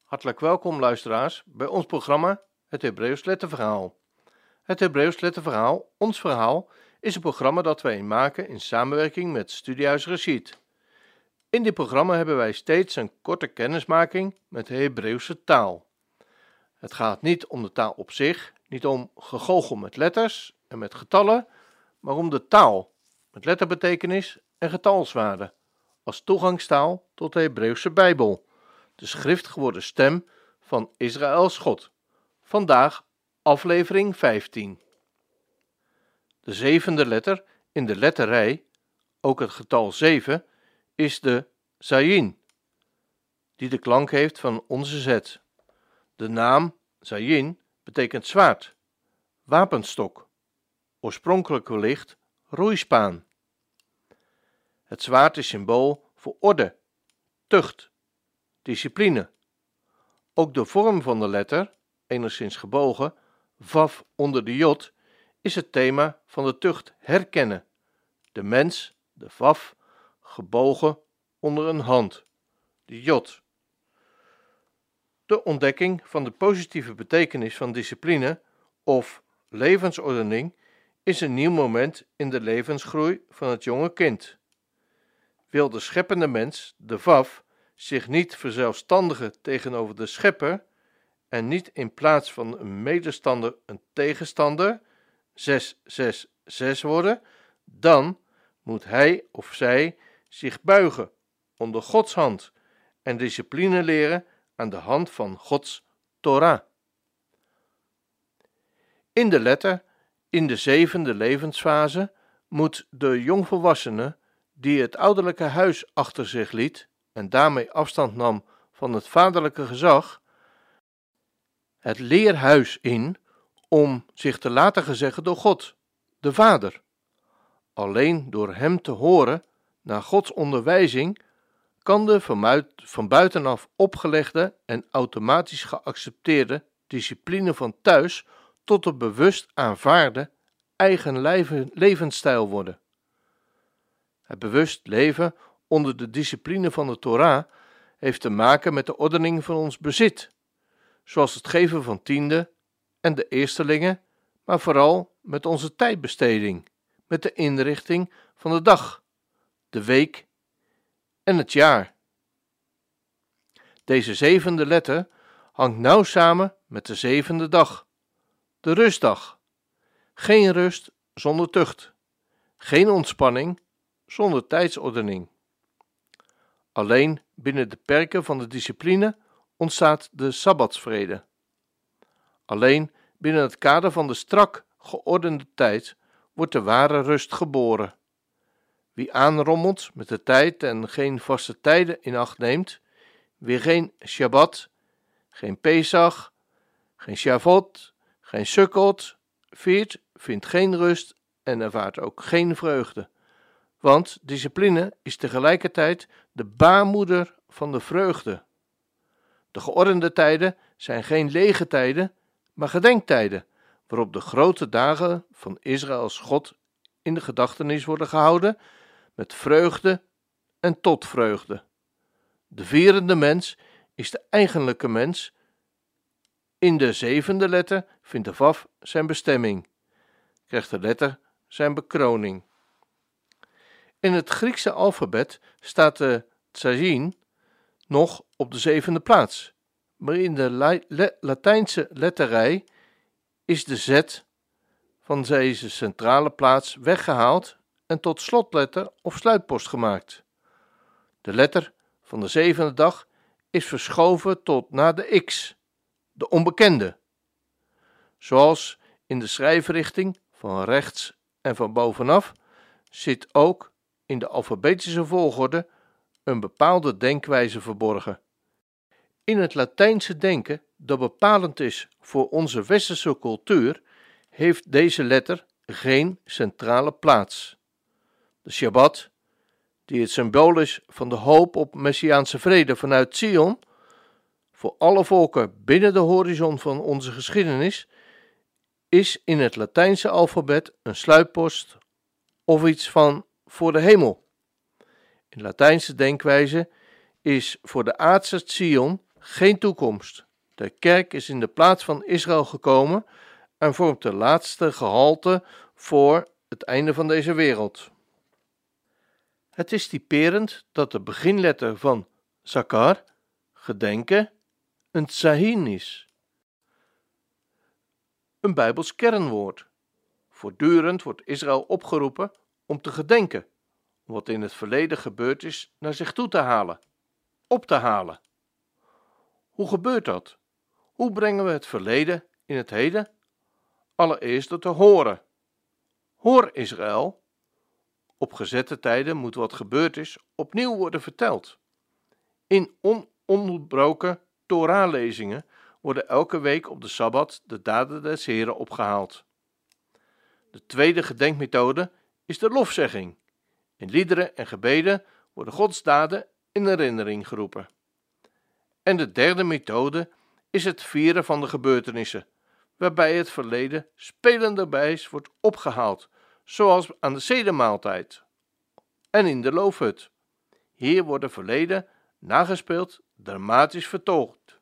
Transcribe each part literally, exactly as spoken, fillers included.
Hartelijk welkom luisteraars bij ons programma Het Hebreeuws Letterverhaal. Het Hebreeuws Letterverhaal, ons verhaal, is een programma dat wij maken in samenwerking met Studiehuis Rashid. In dit programma hebben wij steeds een korte kennismaking met de Hebreeuwse taal. Het gaat niet om de taal op zich, niet om gegoochel met letters en met getallen, maar om de taal met letterbetekenis en getalswaarde als toegangstaal tot de Hebreeuwse Bijbel, de schrift geworden stem van Israëls God. Vandaag aflevering vijftien. De zevende letter in de letterrij, ook het getal zeven, is de zayin, die de klank heeft van onze zet. De naam zayin betekent zwaard, wapenstok, oorspronkelijk wellicht roeispaan. Het zwaard is symbool voor orde, tucht, discipline. Ook de vorm van de letter, enigszins gebogen, vav onder de jod, is het thema van de tucht herkennen. De mens, de vav, gebogen onder een hand, de jod. De ontdekking van de positieve betekenis van discipline of levensordening is een nieuw moment in de levensgroei van het jonge kind. Wil de scheppende mens, de vav, zich niet verzelfstandigen tegenover de schepper en niet in plaats van een medestander een tegenstander, zes zes zes worden, dan moet hij of zij zich buigen onder Gods hand en discipline leren aan de hand van Gods Torah. In de letter, in de zevende levensfase, moet de jongvolwassene die het ouderlijke huis achter zich liet en daarmee afstand nam van het vaderlijke gezag, het leerhuis in om zich te laten gezeggen door God, de Vader. Alleen door hem te horen naar Gods onderwijzing kan de van buitenaf opgelegde en automatisch geaccepteerde discipline van thuis tot een bewust aanvaarde eigen levensstijl worden. Het bewust leven onder de discipline van de Torah heeft te maken met de ordening van ons bezit, zoals het geven van tiende en de eerstelingen, maar vooral met onze tijdbesteding, met de inrichting van de dag, de week en het jaar. Deze zevende letter hangt nauw samen met de zevende dag, de rustdag. Geen rust zonder tucht, geen ontspanning zonder tijdsordening. Alleen binnen de perken van de discipline ontstaat de sabbatsvrede. Alleen binnen het kader van de strak geordende tijd wordt de ware rust geboren. Wie aanrommelt met de tijd en geen vaste tijden in acht neemt, wie geen Shabbat, geen Pesach, geen Shavuot, geen Sukkot viert, vindt geen rust en ervaart ook geen vreugde. Want discipline is tegelijkertijd de baarmoeder van de vreugde. De geordende tijden zijn geen lege tijden, maar gedenktijden, waarop de grote dagen van Israëls God in de gedachtenis worden gehouden, met vreugde en tot vreugde. De vierende mens is de eigenlijke mens. In de zevende letter vindt de vav zijn bestemming, krijgt de letter zijn bekroning. In het Griekse alfabet staat de zayin nog op de zevende plaats, maar in de la- le- Latijnse letterrij is de z van deze centrale plaats weggehaald en tot slotletter of sluitpost gemaakt. De letter van de zevende dag is verschoven tot na de x, de onbekende. Zoals in de schrijfrichting van rechts en van bovenaf zit ook in de alfabetische volgorde een bepaalde denkwijze verborgen. In het Latijnse denken, dat bepalend is voor onze westerse cultuur, heeft deze letter geen centrale plaats. De Shabbat, die het symbool is van de hoop op messiaanse vrede vanuit Zion, voor alle volken binnen de horizon van onze geschiedenis, is in het Latijnse alfabet een sluitpost of iets van voor de hemel. In Latijnse denkwijze is voor de aardse Zion geen toekomst. De kerk is in de plaats van Israël gekomen en vormt de laatste gehalte voor het einde van deze wereld. Het is typerend dat de beginletter van zakar, gedenken, een tsahin is. Een Bijbels kernwoord. Voortdurend wordt Israël opgeroepen om te gedenken, om wat in het verleden gebeurd is naar zich toe te halen, op te halen. Hoe gebeurt dat? Hoe brengen we het verleden in het heden? Allereerst door te horen. Hoor Israël, op gezette tijden moet wat gebeurd is opnieuw worden verteld. In ononderbroken Torah-lezingen worden elke week op de Sabbat de daden des Heren opgehaald. De tweede gedenkmethode is de lofzegging. In liederen en gebeden worden Gods daden in herinnering geroepen. En de derde methode is het vieren van de gebeurtenissen, waarbij het verleden spelenderwijs wordt opgehaald, zoals aan de sedermaaltijd en in de loofhut. Hier worden verleden nagespeeld, dramatisch vertolkt.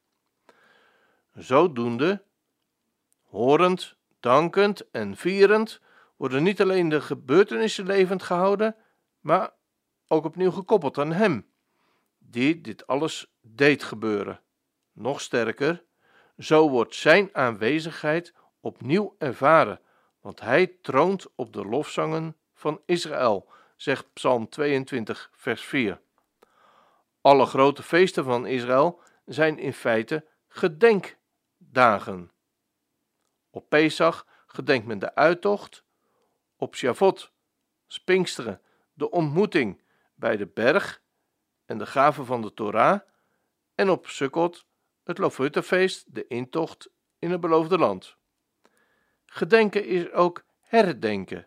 Zodoende, horend, dankend en vierend, worden niet alleen de gebeurtenissen levend gehouden, maar ook opnieuw gekoppeld aan Hem, die dit alles deed gebeuren. Nog sterker, zo wordt Zijn aanwezigheid opnieuw ervaren, want Hij troont op de lofzangen van Israël, zegt Psalm tweeëntwintig, vers vier. Alle grote feesten van Israël zijn in feite gedenkdagen. Op Pesach gedenkt men de uittocht, op Sjavot, Pinksteren, de ontmoeting bij de berg en de gave van de Torah, en op Sukkot, het Loofhuttenfeest, de intocht in het beloofde land. Gedenken is ook herdenken,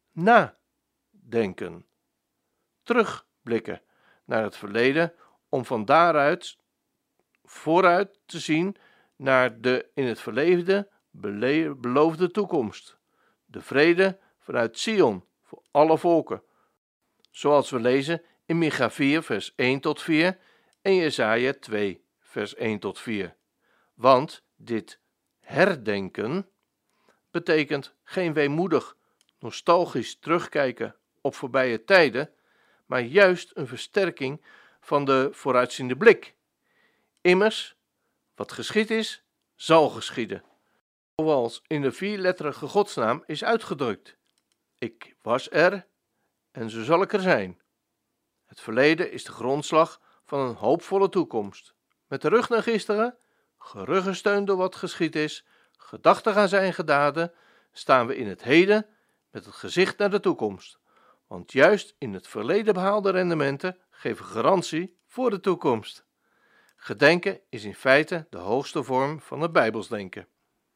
nadenken, terugblikken naar het verleden om van daaruit vooruit te zien naar de in het verleden bele- beloofde toekomst. De vrede vanuit Sion voor alle volken, zoals we lezen in Micha vier vers één tot vier en Jesaja twee vers één tot vier. Want dit herdenken betekent geen weemoedig, nostalgisch terugkijken op voorbije tijden, maar juist een versterking van de vooruitziende blik. Immers, wat geschied is, zal geschieden. Zoals in de vierletterige godsnaam is uitgedrukt. Ik was er en zo zal ik er zijn. Het verleden is de grondslag van een hoopvolle toekomst. Met de rug naar gisteren, geruggesteund door wat geschied is, gedachtig aan zijn gedaden, staan we in het heden met het gezicht naar de toekomst. Want juist in het verleden behaalde rendementen geven garantie voor de toekomst. Gedenken is in feite de hoogste vorm van het Bijbelsdenken.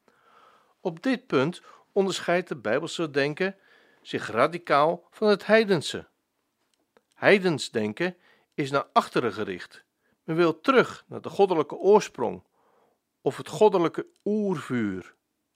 Op dit punt onderscheidt het Bijbelse denken zich radicaal van het heidense. Heidens denken is naar achteren gericht. Men wil terug naar de goddelijke oorsprong of het goddelijke oervuur.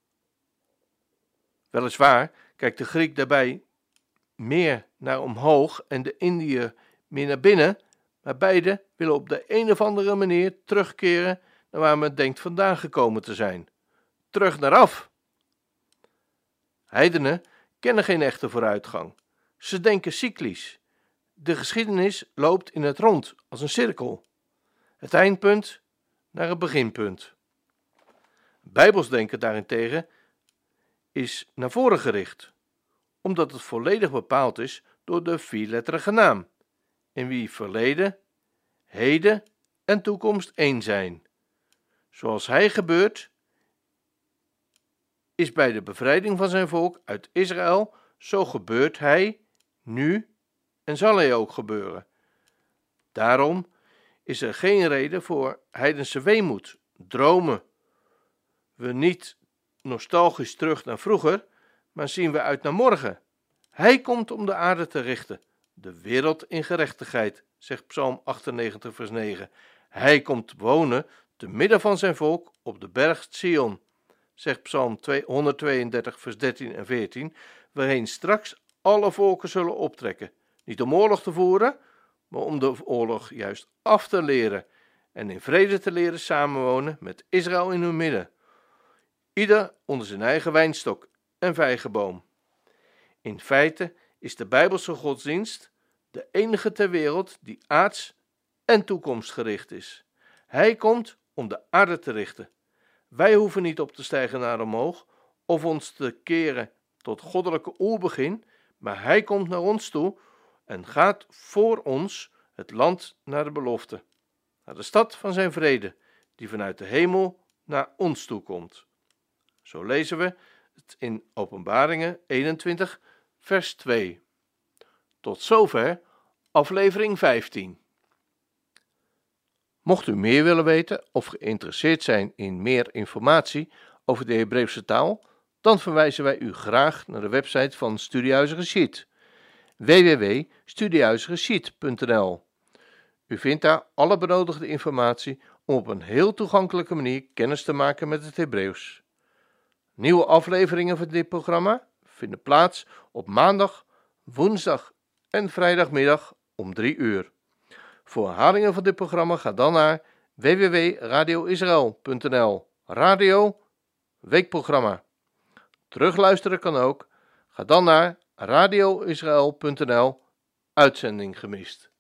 Weliswaar kijkt de Griek daarbij meer naar omhoog en de Indiër meer naar binnen, maar beide willen op de een of andere manier terugkeren naar waar men denkt vandaan gekomen te zijn. Terug naar af. Heidenen kennen geen echte vooruitgang. Ze denken cyclisch. De geschiedenis loopt in het rond als een cirkel. Het eindpunt naar het beginpunt. Bijbelsdenken daarentegen is naar voren gericht, omdat het volledig bepaald is door de vierletterige naam, in wie verleden, heden en toekomst één zijn. Zoals hij gebeurt, is bij de bevrijding van zijn volk uit Israël, zo gebeurt hij nu en zal hij ook gebeuren. Daarom is er geen reden voor heidense weemoed, dromen we niet nostalgisch terug naar vroeger, maar zien we uit naar morgen. Hij komt om de aarde te richten, de wereld in gerechtigheid, zegt Psalm achtennegentig vers negen. Hij komt wonen te midden van zijn volk op de berg Sion, zegt Psalm honderdtweeëndertig vers dertien en veertien, waarheen straks alle volken zullen optrekken. Niet om oorlog te voeren, maar om de oorlog juist af te leren en in vrede te leren samenwonen met Israël in hun midden, ieder onder zijn eigen wijnstok en vijgenboom. In feite is de Bijbelse godsdienst de enige ter wereld die aards en toekomstgericht is. Hij komt om de aarde te richten. Wij hoeven niet op te stijgen naar omhoog of ons te keren tot goddelijke oerbegin, maar hij komt naar ons toe en gaat voor ons het land naar de belofte, naar de stad van zijn vrede, die vanuit de hemel naar ons toe komt. Zo lezen we het in Openbaringen eenentwintig, vers twee. Tot zover aflevering vijftien. Mocht u meer willen weten of geïnteresseerd zijn in meer informatie over de Hebreeuwse taal, dan verwijzen wij u graag naar de website van Studiehuis Reshiet, w w w punt studiehuisreshiet punt n l. U vindt daar alle benodigde informatie om op een heel toegankelijke manier kennis te maken met het Hebreeuws. Nieuwe afleveringen van dit programma vinden plaats op maandag, woensdag en vrijdagmiddag om drie uur. Voor herhalingen van dit programma ga dan naar w w w punt radio israël punt n l. Radio, weekprogramma. Terugluisteren kan ook. Ga dan naar radio israël punt n l, uitzending gemist.